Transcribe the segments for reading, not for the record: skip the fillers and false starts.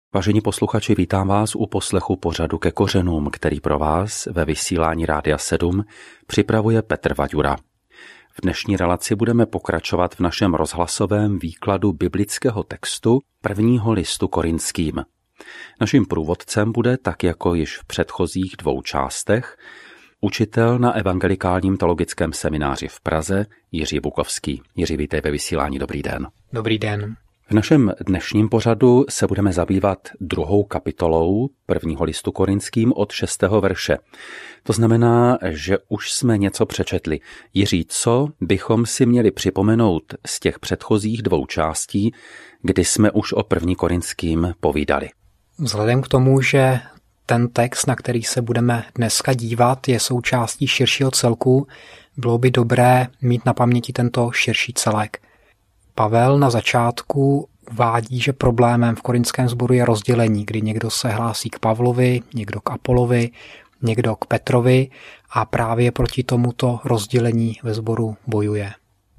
Vážení posluchači, vítám vás u poslechu pořadu Ke kořenům, který pro vás ve vysílání Rádia 7 připravuje Petr Vaďura. V dnešní relaci budeme pokračovat v našem rozhlasovém výkladu biblického textu prvního listu Korinským. Naším průvodcem bude, tak jako již v předchozích dvou částech, učitel na Evangelikálním teologickém semináři v Praze Jiří Bukovský. Jiří, vítej ve vysílání, dobrý den. Dobrý den. V našem dnešním pořadu se budeme zabývat 2. kapitolou prvního listu Korinským od 6. verše. To znamená, že už jsme něco přečetli. Jiří, co bychom si měli připomenout z těch předchozích dvou částí, kdy jsme už o 1. Korinským povídali? Vzhledem k tomu, že ten text, na který se budeme dneska dívat, je součástí širšího celku, bylo by dobré mít na paměti tento širší celek. Pavel na začátku uvádí, že problémem v korinském sboru je rozdělení, kdy někdo se hlásí k Pavlovi, někdo k Apolovi, někdo k Petrovi a právě proti tomuto rozdělení ve sboru bojuje.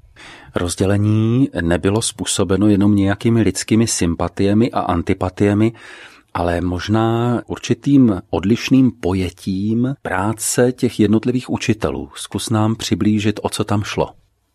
Rozdělení nebylo způsobeno jenom nějakými lidskými sympatiemi a antipatiemi, ale možná určitým odlišným pojetím práce těch jednotlivých učitelů. Zkus nám přiblížit, o co tam šlo.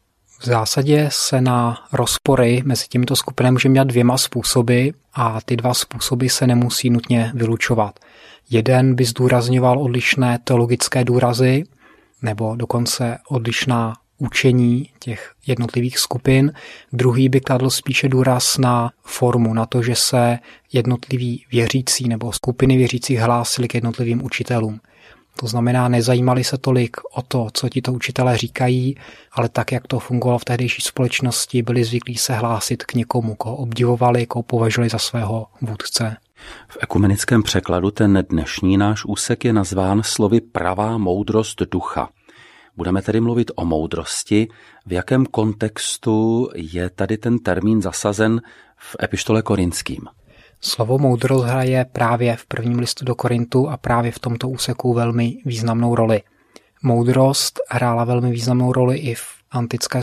V zásadě se na rozpory mezi těmito skupinami může mít dvěma způsoby a ty dva způsoby se nemusí nutně vylučovat. Jeden by zdůrazňoval odlišné teologické důrazy nebo dokonce odlišná učení těch jednotlivých skupin. Druhý by kladl spíše důraz na formu, na to, že se jednotliví věřící nebo skupiny věřících hlásili k jednotlivým učitelům. To znamená, nezajímali se tolik o to, co tito učitelé říkají, ale tak, jak to fungovalo v tehdejší společnosti, byli zvyklí se hlásit k někomu, koho obdivovali, koho považovali za svého vůdce. V ekumenickém překladu ten dnešní náš úsek je nazván slovy pravá moudrost ducha. Budeme tedy mluvit o moudrosti. V jakém kontextu je tady ten termín zasazen v epištole Korinským? Slovo moudrost hraje právě v prvním listu do Korintu a právě v tomto úseku velmi významnou roli. Moudrost hrála velmi významnou roli i v antické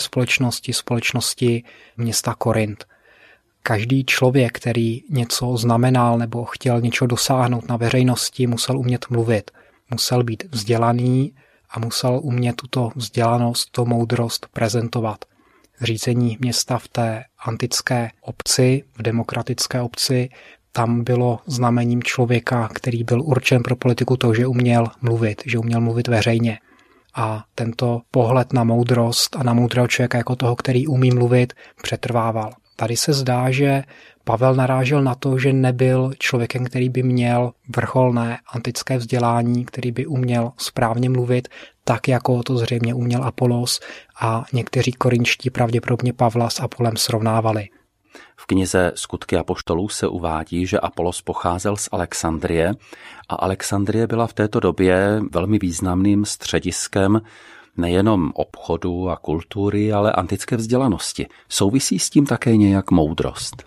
společnosti města Korint. Každý člověk, který něco znamenal nebo chtěl něco dosáhnout na veřejnosti, musel umět mluvit. Musel být vzdělaný a musel umět tuto vzdělanost, tuto moudrost prezentovat. Řízení města v té antické obci, v demokratické obci, tam bylo znamením člověka, který byl určen pro politiku to, že uměl mluvit veřejně. A tento pohled na moudrost a na moudrého člověka jako toho, který umí mluvit, přetrvával. Tady se zdá, že Pavel narážel na to, že nebyl člověkem, který by měl vrcholné antické vzdělání, který by uměl správně mluvit, tak jako to zřejmě uměl Apolos a někteří korinští pravděpodobně Pavla s Apolem srovnávali. V knize Skutky apoštolů se uvádí, že Apolos pocházel z Alexandrie a Alexandrie byla v této době velmi významným střediskem nejenom obchodu a kultury, ale antické vzdělanosti. Souvisí s tím také nějak moudrost?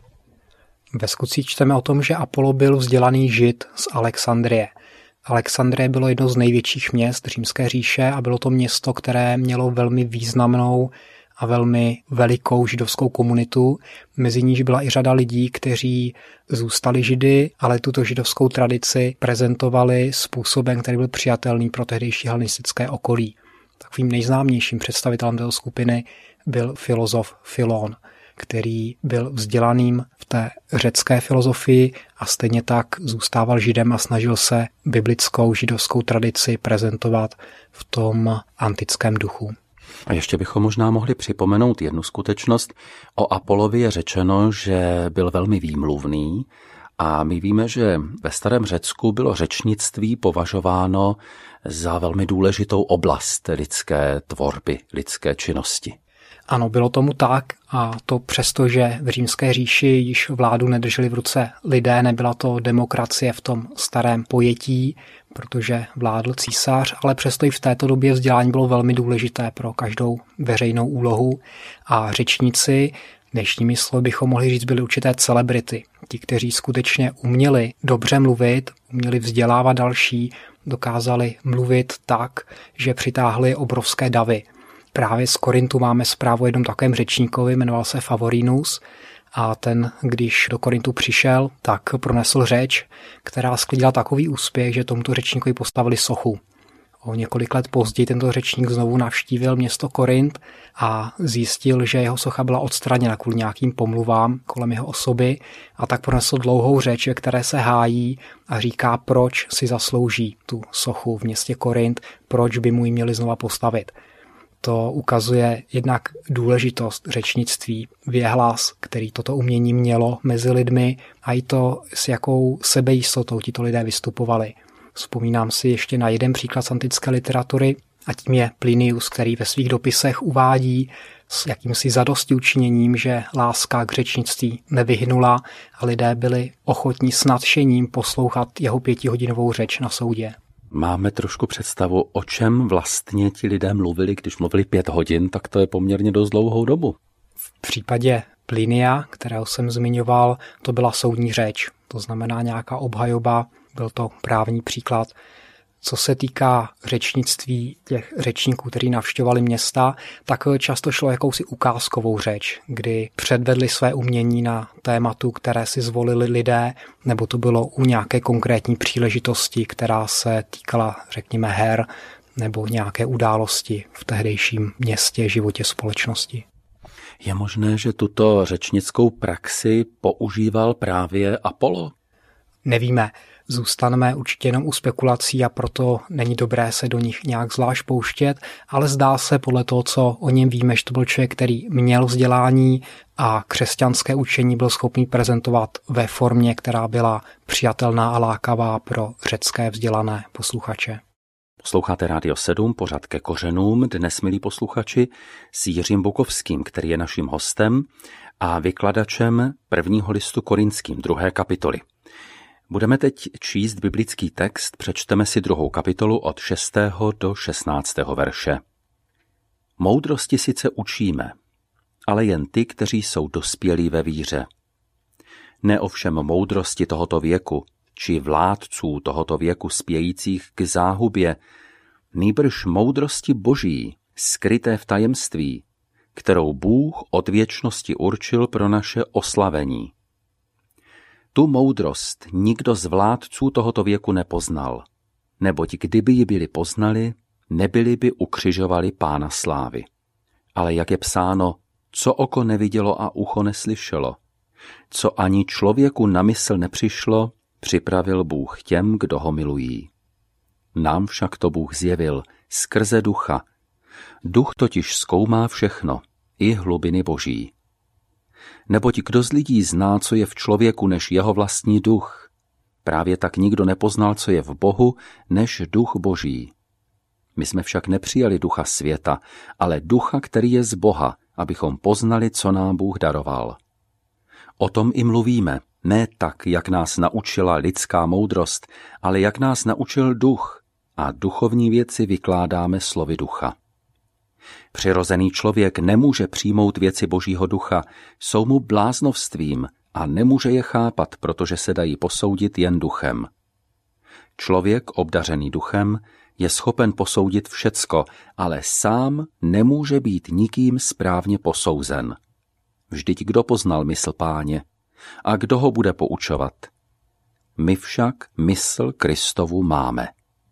Ve Skutcích čteme o tom, že Apollo byl vzdělaný Žid z Alexandrie. Alexandrie bylo jedno z největších měst Římské říše a bylo to město, které mělo velmi významnou a velmi velikou židovskou komunitu. Mezi níž byla i řada lidí, kteří zůstali Židy, ale tuto židovskou tradici prezentovali způsobem, který byl přijatelný pro tehdejší hellenistické okolí. Takovým nejznámějším představitelem této skupiny byl filozof Filon, který byl vzdělaným v té řecké filozofii a stejně tak zůstával Židem a snažil se biblickou židovskou tradici prezentovat v tom antickém duchu. A ještě bychom možná mohli připomenout jednu skutečnost. O Apolovi je řečeno, že byl velmi výmluvný a my víme, že ve starém Řecku bylo řečnictví považováno za velmi důležitou oblast lidské tvorby, lidské činnosti. Ano, bylo tomu tak a to přesto, že v Římské říši již vládu nedrželi v ruce lidé, nebyla to demokracie v tom starém pojetí, protože vládl císař, ale přesto i v této době vzdělání bylo velmi důležité pro každou veřejnou úlohu a řečníci, dnešními slovy bychom mohli říct, byli určité celebrity. Ti, kteří skutečně uměli dobře mluvit, uměli vzdělávat další, dokázali mluvit tak, že přitáhli obrovské davy. Právě z Korintu máme zprávu o jednom takovém řečníkovi, jmenoval se Favorinus a ten, když do Korintu přišel, tak pronesl řeč, která sklidila takový úspěch, že tomuto řečníkovi postavili sochu. O několik let později tento řečník znovu navštívil město Korint a zjistil, že jeho socha byla odstraněna kvůli nějakým pomluvám kolem jeho osoby a tak pronesl dlouhou řeč, ve které se hájí a říká, proč si zaslouží tu sochu v městě Korint, proč by mu ji měli znova postavit. To ukazuje jednak důležitost řečnictví, věhlas, který toto umění mělo mezi lidmi a i to, s jakou sebejistotou tito lidé vystupovali. Vzpomínám si ještě na jeden příklad z antické literatury a tím je Plinius, který ve svých dopisech uvádí s jakýmsi zadostiučiněním, že láska k řečnictví nevyhnula a lidé byli ochotní s nadšením poslouchat jeho 5hodinovou řeč na soudě. Máme trošku představu, o čem vlastně ti lidé mluvili, když mluvili 5 hodin, tak to je poměrně dost dlouhou dobu. V případě Plinia, kterého jsem zmiňoval, to byla soudní řeč, to znamená nějaká obhajoba, byl to právní příklad. Co se týká řečnictví těch řečníků, kteří navštěvovali města, tak často šlo jakousi ukázkovou řeč, kdy předvedli své umění na tématu, které si zvolili lidé, nebo to bylo u nějaké konkrétní příležitosti, která se týkala, řekněme, her nebo nějaké události v tehdejším městě, životě společnosti. Je možné, že tuto řečnickou praxi používal právě Apollo? Nevíme. Zůstaneme určitě jenom u spekulací a proto není dobré se do nich nějak zvlášť pouštět, ale zdá se podle toho, co o něm víme, že to byl člověk, který měl vzdělání a křesťanské učení byl schopný prezentovat ve formě, která byla přijatelná a lákavá pro řecké vzdělané posluchače. Posloucháte Rádio 7, pořad Ke kořenům, dnes, milí posluchači, s Jiřím Bukovským, který je naším hostem a vykladačem prvního listu Korinským, 2. kapitoly. Budeme teď číst biblický text, přečteme si 2. kapitolu od 6. do 16. verše. Moudrosti sice učíme, ale jen ty, kteří jsou dospělí ve víře. Ne ovšem moudrosti tohoto věku, či vládců tohoto věku spějících k záhubě, nýbrž moudrosti Boží, skryté v tajemství, kterou Bůh od věčnosti určil pro naše oslavení. Tu moudrost nikdo z vládců tohoto věku nepoznal, neboť kdyby ji byli poznali, nebyli by ukřižovali Pána slávy. Ale jak je psáno, co oko nevidělo a ucho neslyšelo, co ani člověku na mysl nepřišlo, připravil Bůh těm, kdo ho milují. Nám však to Bůh zjevil skrze Ducha. Duch totiž zkoumá všechno, i hlubiny Boží. Neboť kdo z lidí zná, co je v člověku, než jeho vlastní duch? Právě tak nikdo nepoznal, co je v Bohu, než duch Boží. My jsme však nepřijali ducha světa, ale ducha, který je z Boha, abychom poznali, co nám Bůh daroval. O tom i mluvíme, ne tak, jak nás naučila lidská moudrost, ale jak nás naučil duch, a duchovní věci vykládáme slovy ducha. Přirozený člověk nemůže přijmout věci Božího ducha, jsou mu bláznovstvím a nemůže je chápat, protože se dají posoudit jen duchem. Člověk obdařený duchem je schopen posoudit všecko, ale sám nemůže být nikým správně posouzen. Vždyť kdo poznal mysl Páně a kdo ho bude poučovat? My však mysl Kristovu máme.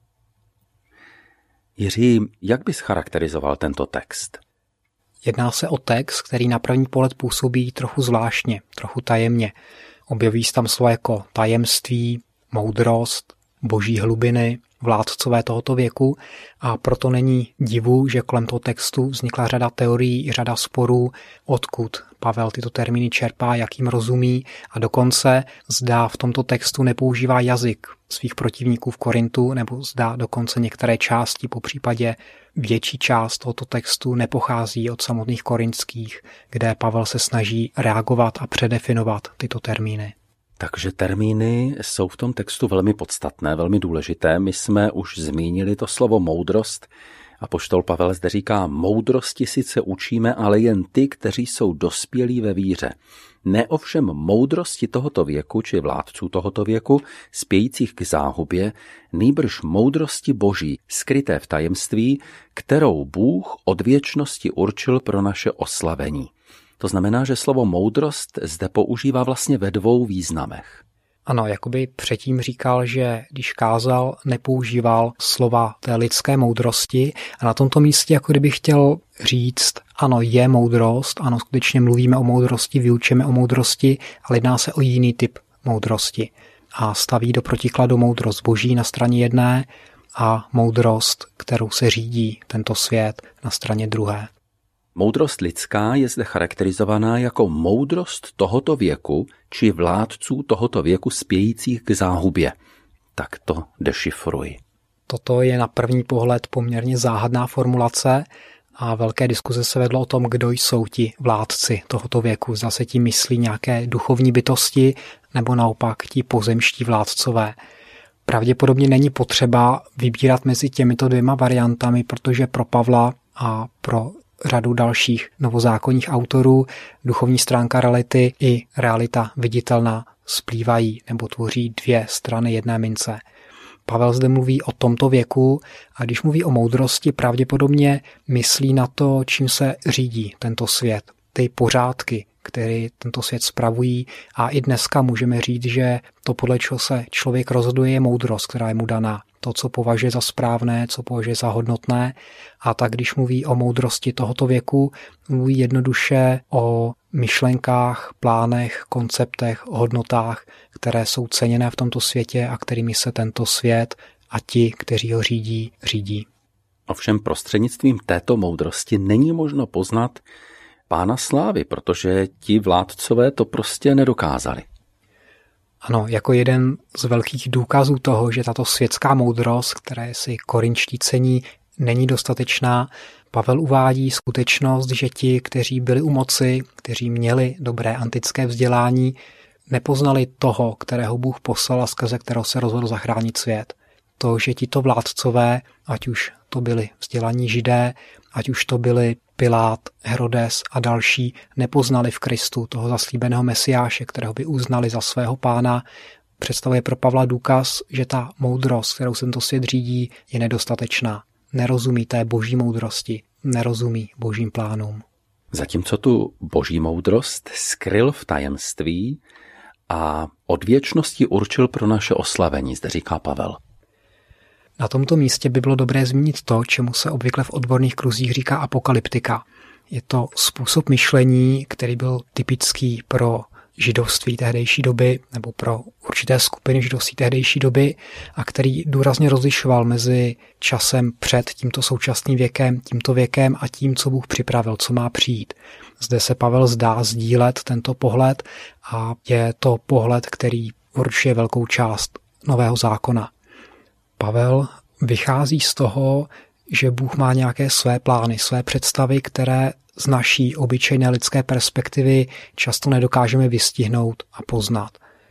Jiří, jak bys charakterizoval tento text? Jedná se o text, který na první pohled působí trochu zvláštně, trochu tajemně. Objeví se tam slova jako tajemství, moudrost, boží hlubiny, vládcové tohoto věku a proto není divu, že kolem toho textu vznikla řada teorií, řada sporů, odkud Pavel tyto termíny čerpá, jak jim rozumí a dokonce zdá v tomto textu nepoužívá jazyk svých protivníků v Korintu, nebo zdá dokonce některé části, popřípadě větší část tohoto textu nepochází od samotných korinských, kde Pavel se snaží reagovat a předefinovat tyto termíny. Takže termíny jsou v tom textu velmi podstatné, velmi důležité. My jsme už zmínili to slovo moudrost. Apoštol Pavel zde říká, moudrosti sice učíme, ale jen ty, kteří jsou dospělí ve víře. Ne ovšem moudrosti tohoto věku, či vládců tohoto věku, spějících k záhubě, nýbrž moudrosti Boží, skryté v tajemství, kterou Bůh od věčnosti určil pro naše oslavení. To znamená, že slovo moudrost zde používá vlastně ve dvou významech. Ano, jakoby předtím říkal, že když kázal, nepoužíval slova té lidské moudrosti a na tomto místě jako kdyby chtěl říct, ano, je moudrost, ano, skutečně mluvíme o moudrosti, vyučujeme o moudrosti, ale jedná se o jiný typ moudrosti. A staví do protikladu moudrost boží na straně jedné a moudrost, kterou se řídí tento svět, na straně druhé. Moudrost lidská je zde charakterizovaná jako moudrost tohoto věku či vládců tohoto věku spějících k záhubě. Tak to dešifruji. Toto je na první pohled poměrně záhadná formulace a velké diskuze se vedlo o tom, kdo jsou ti vládci tohoto věku. Zase tím myslí nějaké duchovní bytosti nebo naopak ti pozemští vládcové. Pravděpodobně není potřeba vybírat mezi těmito dvěma variantami, protože pro Pavla a pro řadu dalších novozákonních autorů duchovní stránka reality i realita viditelná splývají nebo tvoří dvě strany jedné mince. Pavel zde mluví o tomto věku a když mluví o moudrosti, pravděpodobně myslí na to, čím se řídí tento svět, ty pořádky, které tento svět spravují a i dneska můžeme říct, že to, podle čeho se člověk rozhoduje, je moudrost, která je mu daná. To, co považuje za správné, co považuje za hodnotné. A tak, když mluví o moudrosti tohoto věku, mluví jednoduše o myšlenkách, plánech, konceptech, hodnotách, které jsou ceněné v tomto světě a kterými se tento svět a ti, kteří ho řídí. Ovšem prostřednictvím této moudrosti není možno poznat Pána slávy, protože ti vládcové to prostě nedokázali. Ano, jako jeden z velkých důkazů toho, že tato světská moudrost, které si korinčtí cení, není dostatečná, Pavel uvádí skutečnost, že ti, kteří byli u moci, kteří měli dobré antické vzdělání, nepoznali toho, kterého Bůh poslal a skrze kterého se rozhodl zachránit svět. To, že tito vládcové, ať už to byli vzdělaní Židé, ať už to byli Pilát, Herodes a další, nepoznali v Kristu toho zaslíbeného Mesiáše, kterého by uznali za svého pána, představuje pro Pavla důkaz, že ta moudrost, kterou se tento svět řídí, je nedostatečná. Nerozumí té boží moudrosti, nerozumí božím plánům. Zatímco tu boží moudrost skryl v tajemství a od věčnosti určil pro naše oslavení, zde říká Pavel. Na tomto místě by bylo dobré zmínit to, čemu se obvykle v odborných kruzích říká apokalyptika. Je to způsob myšlení, který byl typický pro židovství tehdejší doby nebo pro určité skupiny židovství tehdejší doby a který důrazně rozlišoval mezi časem před tímto současným věkem, tímto věkem a tím, co Bůh připravil, co má přijít. Zde se Pavel zdá sdílet tento pohled a je to pohled, který určuje velkou část Nového zákona. Pavel vychází z toho, že Bůh má nějaké své plány, své představy, které z naší obyčejné lidské perspektivy často nedokážeme vystihnout a poznat.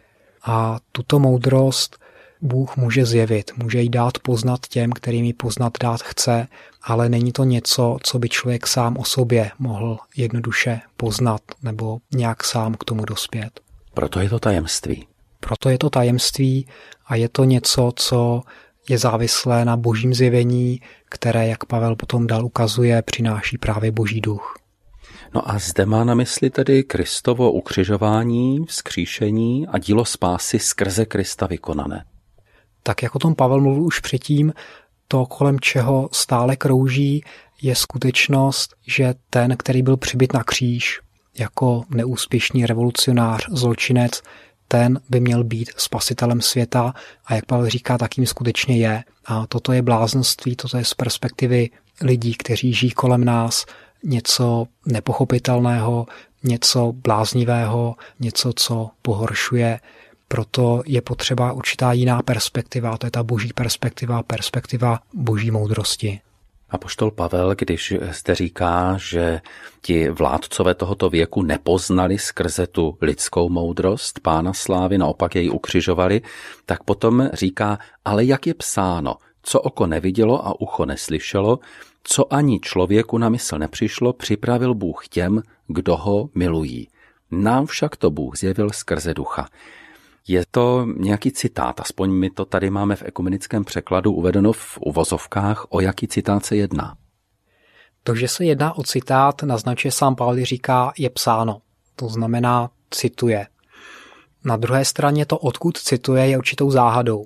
A tuto moudrost Bůh může zjevit, může jí dát poznat těm, kterým ji poznat dát chce, ale není to něco, co by člověk sám o sobě mohl jednoduše poznat nebo nějak sám k tomu dospět. Proto je to tajemství. Proto je to tajemství a je to něco, co je závislé na božím zjevení, které, jak Pavel potom dál ukazuje, přináší právě boží duch. No a zde má na mysli tedy Kristovo ukřižování, vzkříšení a dílo spásy skrze Krista vykonané. Tak jak o tom Pavel mluvil už předtím, to, kolem čeho stále krouží, je skutečnost, že ten, který byl přibit na kříž jako neúspěšný revolucionář, zločinec, ten by měl být spasitelem světa a jak Pavel říká, takým skutečně je. A toto je bláznoství, toto je z perspektivy lidí, kteří žijí kolem nás, něco nepochopitelného, něco bláznivého, něco, co pohoršuje. Proto je potřeba určitá jiná perspektiva, to je ta boží perspektiva, perspektiva boží moudrosti. Apoštol Pavel, když zde říká, že ti vládcové tohoto věku nepoznali skrze tu lidskou moudrost Pána slávy, naopak jej ukřižovali, tak potom říká, ale jak je psáno, co oko nevidělo a ucho neslyšelo, co ani člověku na mysl nepřišlo, připravil Bůh těm, kdo ho milují. Nám však to Bůh zjevil skrze ducha. Je to nějaký citát, aspoň my to tady máme v ekumenickém překladu uvedeno v uvozovkách, o jaký citát se jedná. To, že se jedná o citát, naznačuje sám Pavel, říká je psáno. To znamená cituje. Na druhé straně to, odkud cituje, je určitou záhadou.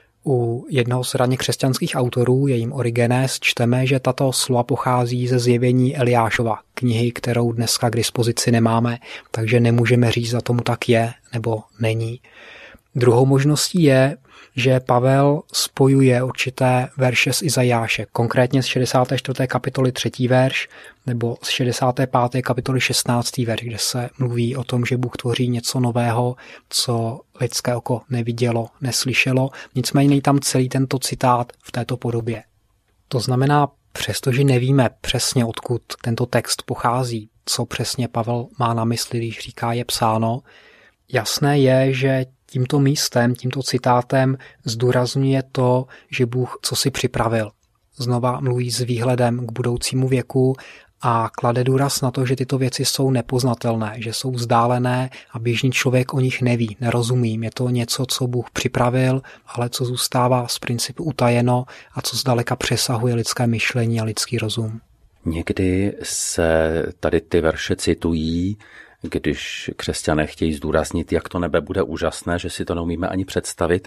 U jednoho z raně křesťanských autorů, jejím Origenes, čteme, že tato slova pochází ze Zjevení Eliášova, knihy, kterou dneska k dispozici nemáme, takže nemůžeme říct, zda tomu tak je nebo není. Druhou možností je, že Pavel spojuje určité verše z Izajáše, konkrétně z 64. kapitoly 3. verš nebo z 65. kapitoly 16. verš, kde se mluví o tom, že Bůh tvoří něco nového, co lidské oko nevidělo, neslyšelo. Nicméně není tam celý tento citát v této podobě. To znamená, přestože nevíme přesně, odkud tento text pochází, co přesně Pavel má na mysli, když říká je psáno, jasné je, že tímto místem, tímto citátem zdůrazňuje to, že Bůh co si připravil. Znova mluví s výhledem k budoucímu věku a klade důraz na to, že tyto věci jsou nepoznatelné, že jsou vzdálené a běžný člověk o nich neví, nerozumí. Je to něco, co Bůh připravil, ale co zůstává z principu utajeno a co zdaleka přesahuje lidské myšlení a lidský rozum. Někdy se tady ty verše citují, když křesťané chtějí zdůraznit, jak to nebe bude úžasné, že si to neumíme ani představit,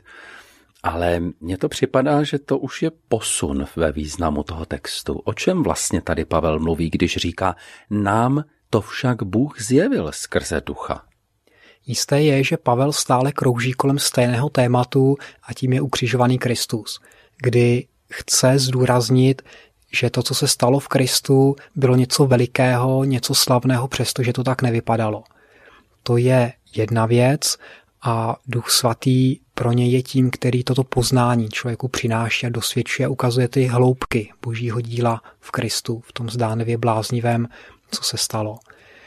ale mně to připadá, že to už je posun ve významu toho textu. O čem vlastně tady Pavel mluví, když říká, nám to však Bůh zjevil skrze ducha? Jisté je, že Pavel stále krouží kolem stejného tématu a tím je ukřižovaný Kristus, kdy chce zdůraznit, že to, co se stalo v Kristu, bylo něco velikého, něco slavného, přestože to tak nevypadalo. To je jedna věc a Duch Svatý pro něj je tím, který toto poznání člověku přináší a dosvědčuje a ukazuje ty hloubky Božího díla v Kristu, v tom zdánlivě bláznivém, co se stalo.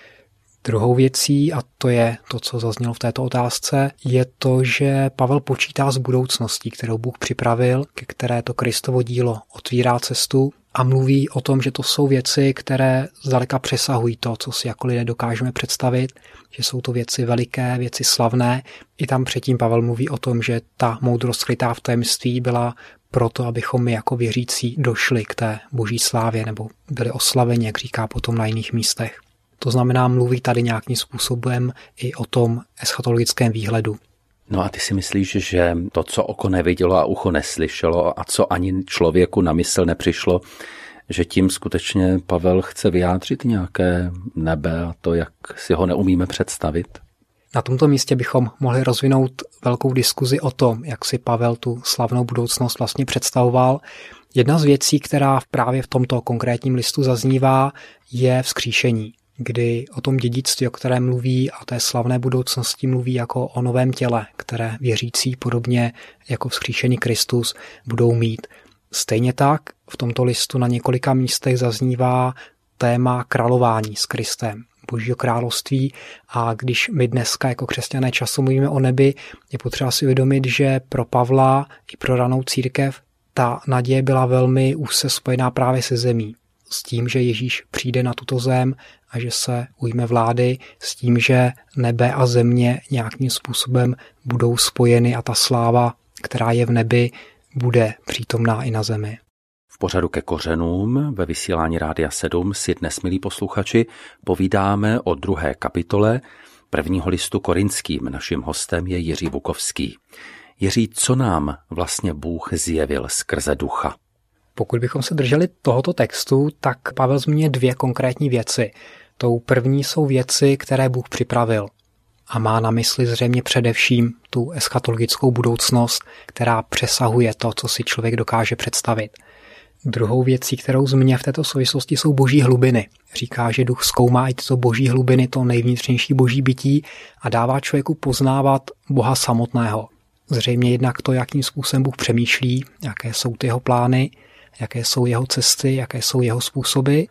Druhou věcí, a to je to, co zaznělo v této otázce, je to, že Pavel počítá s budoucností, kterou Bůh připravil, ke které to Kristovo dílo otvírá cestu a mluví o tom, že to jsou věci, které zdaleka přesahují to, co si jako lidé dokážeme představit, že jsou to věci veliké, věci slavné. I tam předtím Pavel mluví o tom, že ta moudrost skrytá v tajemství byla proto, abychom my jako věřící došli k té boží slávě nebo byli oslaveni, jak říká potom na jiných místech. To znamená, mluví tady nějakým způsobem i o tom eschatologickém výhledu. No a ty si myslíš, že to, co oko nevidělo a ucho neslyšelo a co ani člověku na mysl nepřišlo, že tím skutečně Pavel chce vyjádřit nějaké nebe a to, jak si ho neumíme představit? Na tomto místě bychom mohli rozvinout velkou diskuzi o tom, jak si Pavel tu slavnou budoucnost vlastně představoval. Jedna z věcí, která právě v tomto konkrétním listu zaznívá, je vzkříšení, kdy o tom dědictví, o kterém mluví a té slavné budoucnosti mluví jako o novém těle, které věřící podobně jako vzkříšený Kristus budou mít. Stejně tak v tomto listu na několika místech zaznívá téma králování s Kristem, Božího království a když my dneska jako křesťané často mluvíme o nebi, je potřeba si uvědomit, že pro Pavla i pro ranou církev ta naděje byla velmi úzce spojená právě se zemí. S tím, že Ježíš přijde na tuto zem a že se ujme vlády, s tím, že nebe a země nějakým způsobem budou spojeny a ta sláva, která je v nebi, bude přítomná i na zemi. V pořadu Ke kořenům ve vysílání Rádia 7 si dnes, milí posluchači, povídáme o 2. kapitole 1. listu Korinským. Naším hostem je Jiří Bukovský. Jiří, co nám vlastně Bůh zjevil skrze ducha? Pokud bychom se drželi tohoto textu, tak Pavel zmiňuje 2 konkrétní věci. Tou první jsou věci, které Bůh připravil a má na mysli zřejmě především tu eschatologickou budoucnost, která přesahuje to, co si člověk dokáže představit. Druhou věcí, kterou zmiňuje v této souvislosti, jsou boží hlubiny. Říká, že duch zkoumá i tyto boží hlubiny, to nejvnitřnější boží bytí a dává člověku poznávat Boha samotného. Zřejmě jednak to, jakým způsobem Bůh přemýšlí, jaké jsou ty jeho plány, jaké jsou jeho cesty, jaké jsou jeho způsoby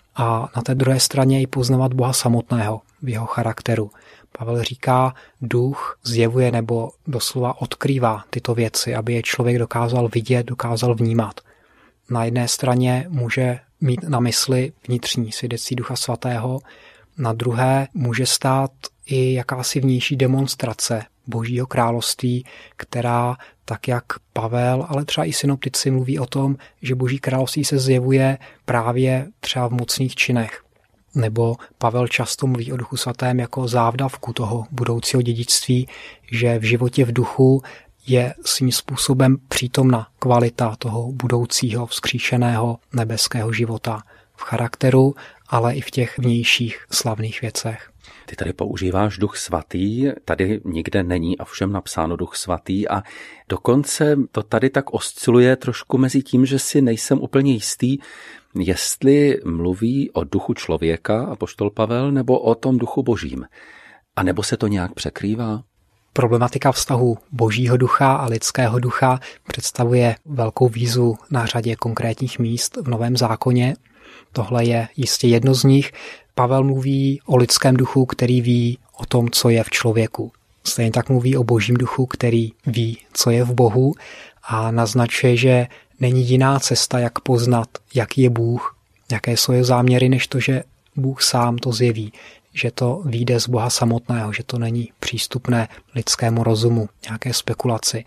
a na té druhé straně i poznat Boha samotného v jeho charakteru. Pavel říká, duch zjevuje nebo doslova odkrývá tyto věci, aby je člověk dokázal vidět, dokázal vnímat. Na jedné straně může mít na mysli vnitřní svědectví Ducha Svatého, na druhé může stát i jakási vnější demonstrace Božího království, která tak jak Pavel, ale třeba i synoptici mluví o tom, že Boží království se zjevuje právě třeba v mocných činech. Nebo Pavel často mluví o Duchu svatém jako závdavku toho budoucího dědictví, že v životě v duchu je svým způsobem přítomna kvalita toho budoucího vzkříšeného nebeského života v charakteru, ale i v těch vnějších slavných věcech. Ty tady používáš Duch svatý, tady nikde není a všem napsáno Duch svatý a dokonce to tady tak osciluje trošku mezi tím, že si nejsem úplně jistý, jestli mluví o duchu člověka apoštol Pavel nebo o tom duchu božím. A nebo se to nějak překrývá? Problematika vztahu Božího ducha a lidského ducha představuje velkou výzvu na řadě konkrétních míst v Novém zákoně. Tohle je jistě jedno z nich. Pavel mluví o lidském duchu, který ví o tom, co je v člověku. Stejně tak mluví o Božím duchu, který ví, co je v Bohu a naznačuje, že není jiná cesta, jak poznat, jaký je Bůh, jaké jsou jeho záměry, než to, že Bůh sám to zjeví, že to vyjde z Boha samotného, že to není přístupné lidskému rozumu, nějaké spekulaci.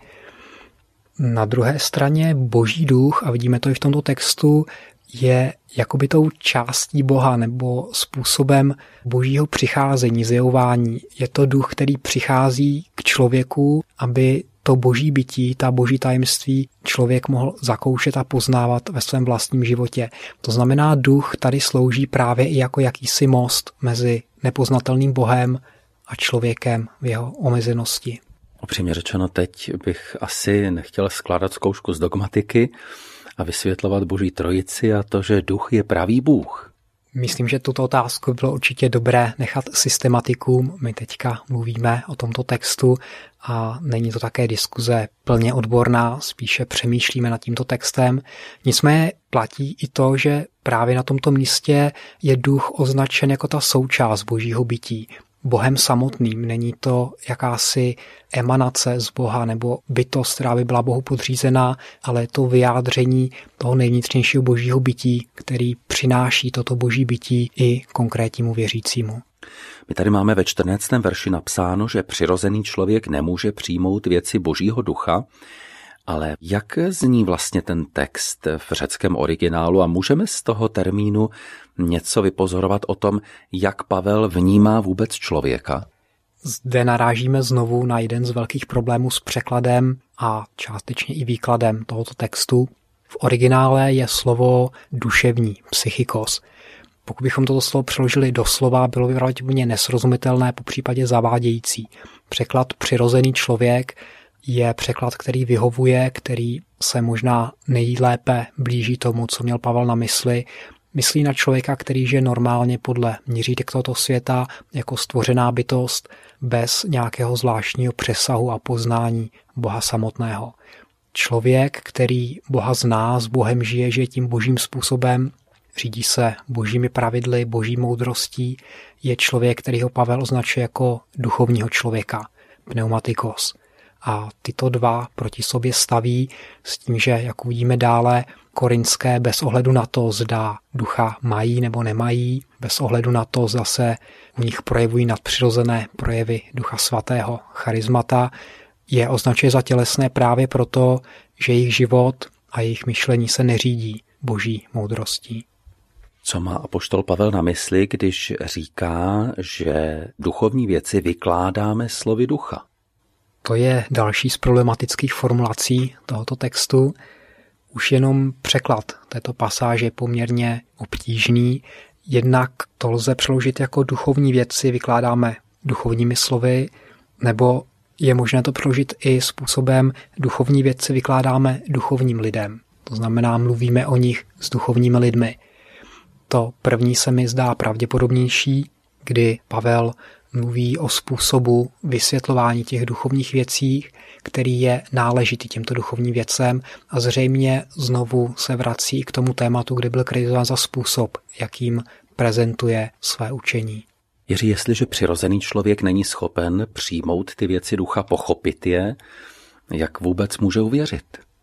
Na druhé straně Boží duch, a vidíme to i v tomto textu, je jakoby tou částí Boha nebo způsobem Božího přicházení, zjevování. Je to duch, který přichází k člověku, aby to boží bytí, ta boží tajemství člověk mohl zakoušet a poznávat ve svém vlastním životě. To znamená, duch tady slouží právě i jako jakýsi most mezi nepoznatelným Bohem a člověkem v jeho omezenosti. Upřímně řečeno, teď bych asi nechtěl skládat zkoušku z dogmatiky a vysvětlovat Boží trojici a to, že duch je pravý Bůh. Myslím, že tuto otázku bylo určitě dobré nechat systematikům. My teďka mluvíme o tomto textu a není to také diskuze plně odborná, spíše přemýšlíme nad tímto textem. Nicméně platí i to, že právě na tomto místě je duch označen jako ta součást božího bytí. Bohem samotným. Není to jakási emanace z Boha nebo bytost, která by byla Bohu podřízená, ale je to vyjádření toho nejvnitřnějšího božího bytí, který přináší toto boží bytí i konkrétnímu věřícímu. My tady máme ve 14. verši napsáno, že přirozený člověk nemůže přijmout věci božího ducha, ale jak zní vlastně ten text v řeckém originálu a můžeme z toho termínu něco vypozorovat o tom, jak Pavel vnímá vůbec člověka? Zde narážíme znovu na jeden z velkých problémů s překladem a částečně i výkladem tohoto textu. V originále je slovo duševní, psychikos. Pokud bychom toto slovo přeložili do slova, bylo by pravděpodobně nesrozumitelné, popřípadě zavádějící. Překlad přirozený člověk je překlad, který vyhovuje, který se možná nejlépe blíží tomu, co měl Pavel na mysli. Myslí na člověka, který žije normálně podle měřítek tohoto světa jako stvořená bytost bez nějakého zvláštního přesahu a poznání Boha samotného. Člověk, který Boha zná, s Bohem žije tím božím způsobem, řídí se božími pravidly, boží moudrostí, je člověk, který ho Pavel označuje jako duchovního člověka, pneumatikos. A tyto dva proti sobě staví s tím, že, jak uvidíme dále, korinské bez ohledu na to, zda ducha mají nebo nemají, bez ohledu na to, zda se u nich projevují nadpřirozené projevy Ducha svatého, charismata, je označuje za tělesné právě proto, že jejich život a jejich myšlení se neřídí boží moudrostí. Co má apoštol Pavel na mysli, když říká, že duchovní věci vykládáme slovy ducha? To je další z problematických formulací tohoto textu. Už jenom překlad této pasáže je poměrně obtížný. Jednak to lze přeložit jako duchovní věci, vykládáme duchovními slovy, nebo je možné to přeložit i způsobem duchovní věci vykládáme duchovním lidem. To znamená, mluvíme o nich s duchovními lidmi. To první se mi zdá pravděpodobnější, kdy Pavel mluví o způsobu vysvětlování těch duchovních věcí, který je náležitý těmto duchovním věcem a zřejmě znovu se vrací k tomu tématu, kde byl kritizován za způsob, jakým prezentuje své učení. Jiří, jestliže přirozený člověk není schopen přijmout ty věci ducha, pochopit je, jak vůbec může uvěřit?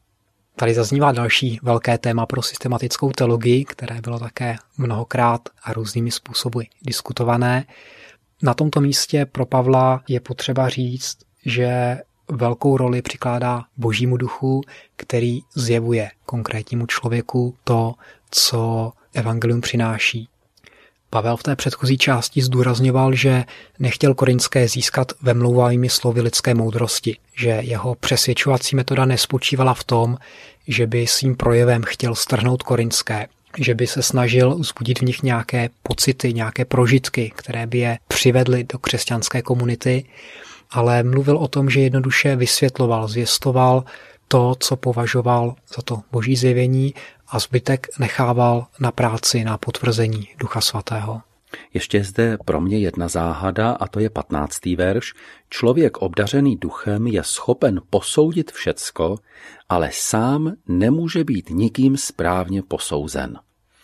Tady zaznívá další velké téma pro systematickou teologii, které bylo také mnohokrát a různými způsoby diskutované. Na tomto místě pro Pavla je potřeba říct, že velkou roli přikládá Božímu duchu, který zjevuje konkrétnímu člověku to, co evangelium přináší. Pavel v té předchozí části zdůrazňoval, že nechtěl korinské získat vemlouvavými slovy lidské moudrosti, že jeho přesvědčovací metoda nespočívala v tom, že by svým projevem chtěl strhnout korinské, že by se snažil vzbudit v nich nějaké pocity, nějaké prožitky, které by je přivedly do křesťanské komunity, ale mluvil o tom, že jednoduše vysvětloval, zvěstoval to, co považoval za to Boží zjevení, a zbytek nechával na práci, na potvrzení Ducha Svatého. Ještě je zde pro mě jedna záhada, a to je 15. verš. Člověk obdařený duchem je schopen posoudit všecko, ale sám nemůže být nikým správně posouzen.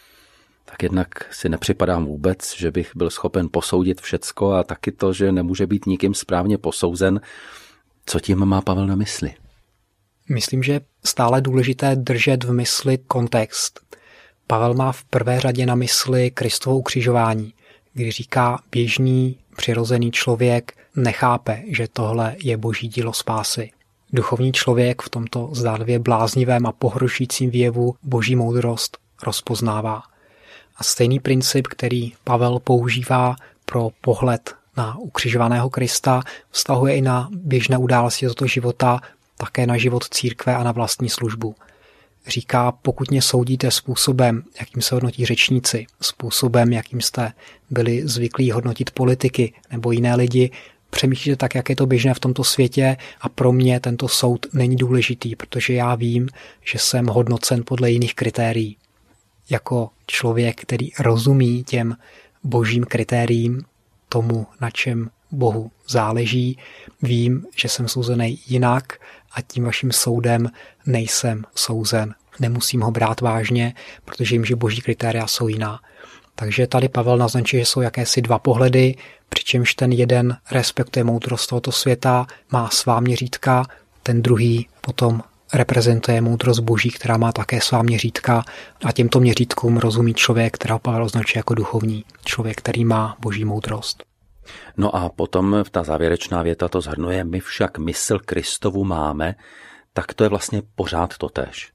Tak jednak si nepřipadám vůbec, že bych byl schopen posoudit všecko, a taky to, že nemůže být nikým správně posouzen. Co tím má Pavel na mysli? Myslím, že je stále důležité držet v mysli kontext. Pavel má v prvé řadě na mysli Kristovo ukřižování, kdy říká, běžný, přirozený člověk nechápe, že tohle je Boží dílo spásy. Duchovní člověk v tomto zdánlivě bláznivém a pohoršujícím výjevu Boží moudrost rozpoznává. A stejný princip, který Pavel používá pro pohled na ukřižovaného Krista, vztahuje i na běžné události tohoto života, také na život církve a na vlastní službu. Říká, pokud mě soudíte způsobem, jakým se hodnotí řečníci, způsobem, jakým jste byli zvyklí hodnotit politiky nebo jiné lidi, přemýšlíte tak, jak je to běžné v tomto světě, a pro mě tento soud není důležitý, protože já vím, že jsem hodnocen podle jiných kritérií. Jako člověk, který rozumí těm božím kritériím, tomu, na čem Bohu záleží, vím, že jsem souzený jinak a tím vaším soudem nejsem souzen. Nemusím ho brát vážně, protože vím, že boží kritéria jsou jiná. Takže tady Pavel naznačuje, že jsou jakési dva pohledy, přičemž ten jeden respektuje moudrost tohoto světa, má svá měřítka, ten druhý potom reprezentuje moudrost boží, která má také svá měřítka, a těmto měřítkům rozumí člověk, kterého Pavel označuje jako duchovní, člověk, který má boží moudrost. No a potom ta závěrečná věta to shrnuje, my však mysl Kristovu máme, tak to je vlastně pořád totéž.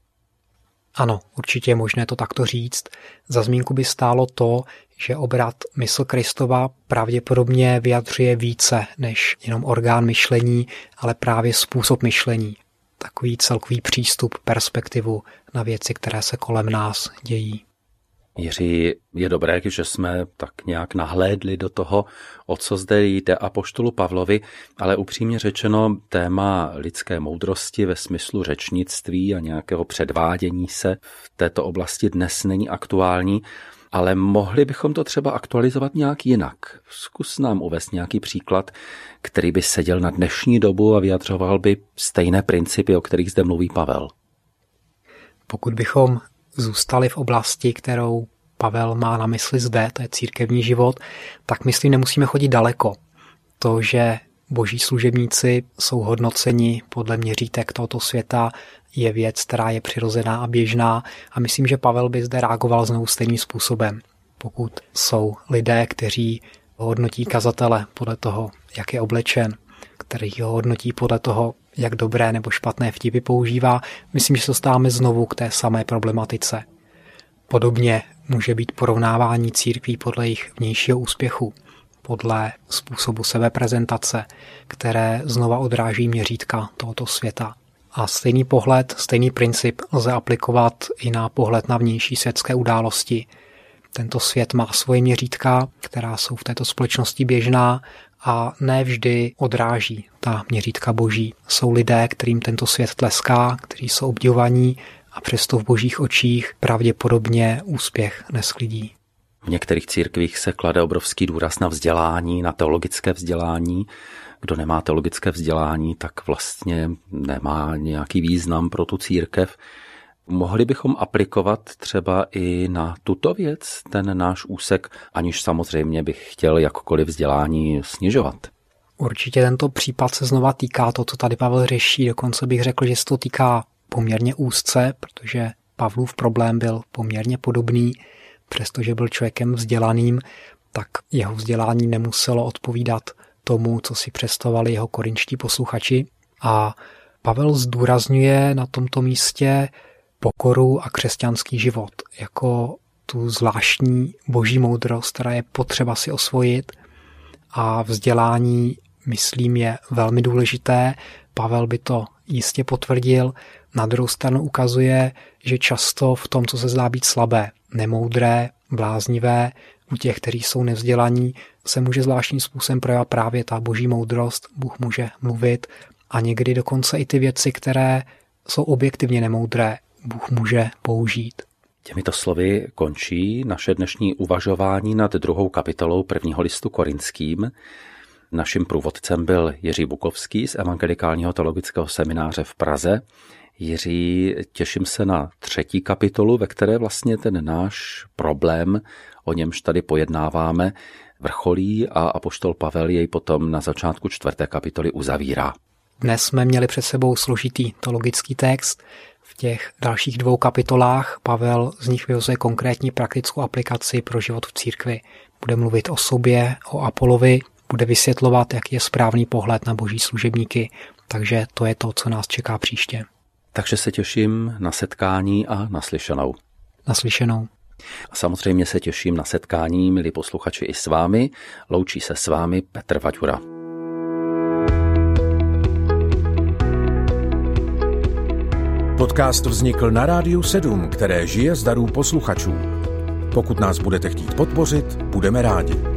Ano, určitě je možné to takto říct. Za zmínku by stálo to, že obrat mysl Kristova pravděpodobně vyjadřuje více než jenom orgán myšlení, ale právě způsob myšlení. Takový celkový přístup, perspektivu na věci, které se kolem nás dějí. Jiří, je dobré, že jsme tak nějak nahlédli do toho, o co zde jde apoštolu Pavlovi, ale upřímně řečeno, téma lidské moudrosti ve smyslu řečnictví a nějakého předvádění se v této oblasti dnes není aktuální, ale mohli bychom to třeba aktualizovat nějak jinak. Zkus nám uvést nějaký příklad, který by seděl na dnešní dobu a vyjadřoval by stejné principy, o kterých zde mluví Pavel. Pokud bychom zůstali v oblasti, kterou Pavel má na mysli zde, to je církevní život, tak myslím, nemusíme chodit daleko. To, že boží služebníci jsou hodnoceni podle měřítek tohoto světa, je věc, která je přirozená a běžná, a myslím, že Pavel by zde reagoval znovu stejným způsobem. Pokud jsou lidé, kteří hodnotí kazatele podle toho, jak je oblečen, který ho hodnotí podle toho, jak dobré nebo špatné vtipy používá, myslím, že se dostáváme znovu k té samé problematice. Podobně může být porovnávání církví podle jejich vnějšího úspěchu, podle způsobu sebeprezentace, které znova odráží měřítka tohoto světa. A stejný pohled, stejný princip lze aplikovat i na pohled na vnější světské události. Tento svět má svoje měřítka, která jsou v této společnosti běžná, a ne vždy odráží ta měřítka boží. Jsou lidé, kterým tento svět tleská, kteří jsou obdivovaní, a přesto v božích očích pravděpodobně úspěch nesklidí. V některých církvích se klade obrovský důraz na vzdělání, na teologické vzdělání. Kdo nemá teologické vzdělání, tak vlastně nemá nějaký význam pro tu církev. Mohli bychom aplikovat třeba i na tuto věc ten náš úsek, aniž samozřejmě bych chtěl jakkoliv vzdělání snižovat. Určitě tento případ se znova týká to, co tady Pavel řeší. Dokonce bych řekl, že se to týká poměrně úzce, protože Pavlův problém byl poměrně podobný. Přestože byl člověkem vzdělaným, tak jeho vzdělání nemuselo odpovídat tomu, co si představovali jeho korinští posluchači. A Pavel zdůrazňuje na tomto místě pokoru a křesťanský život jako tu zvláštní boží moudrost, která je potřeba si osvojit, a vzdělání, myslím, je velmi důležité. Pavel by to jistě potvrdil. Na druhou stranu ukazuje, že často v tom, co se zdá být slabé, nemoudré, bláznivé, u těch, kteří jsou nevzdělaní, se může zvláštním způsobem projevit právě ta boží moudrost. Bůh může mluvit a někdy dokonce i ty věci, které jsou objektivně nemoudré, Bůh může použít. Těmito slovy končí naše dnešní uvažování nad 2. kapitolou 1. listu Korinským. Naším průvodcem byl Jiří Bukovský z Evangelikálního teologického semináře v Praze. Jiří, těším se na 3. kapitolu, ve které vlastně ten náš problém, o němž tady pojednáváme, vrcholí a apoštol Pavel jej potom na začátku 4. kapitoly uzavírá. Dnes jsme měli před sebou složitý teologický text. V těch dalších 2 kapitolách Pavel z nich vyvozuje konkrétní praktickou aplikaci pro život v církvi. Bude mluvit o sobě, o Apolovi, bude vysvětlovat, jaký je správný pohled na boží služebníky, takže to je to, co nás čeká příště. Takže se těším na setkání a naslyšenou. Naslyšenou. A samozřejmě se těším na setkání, milí posluchači, i s vámi. Loučí se s vámi Petr Vaďura. Podcast vznikl na Rádiu 7, které žije z darů posluchačů. Pokud nás budete chtít podpořit, budeme rádi.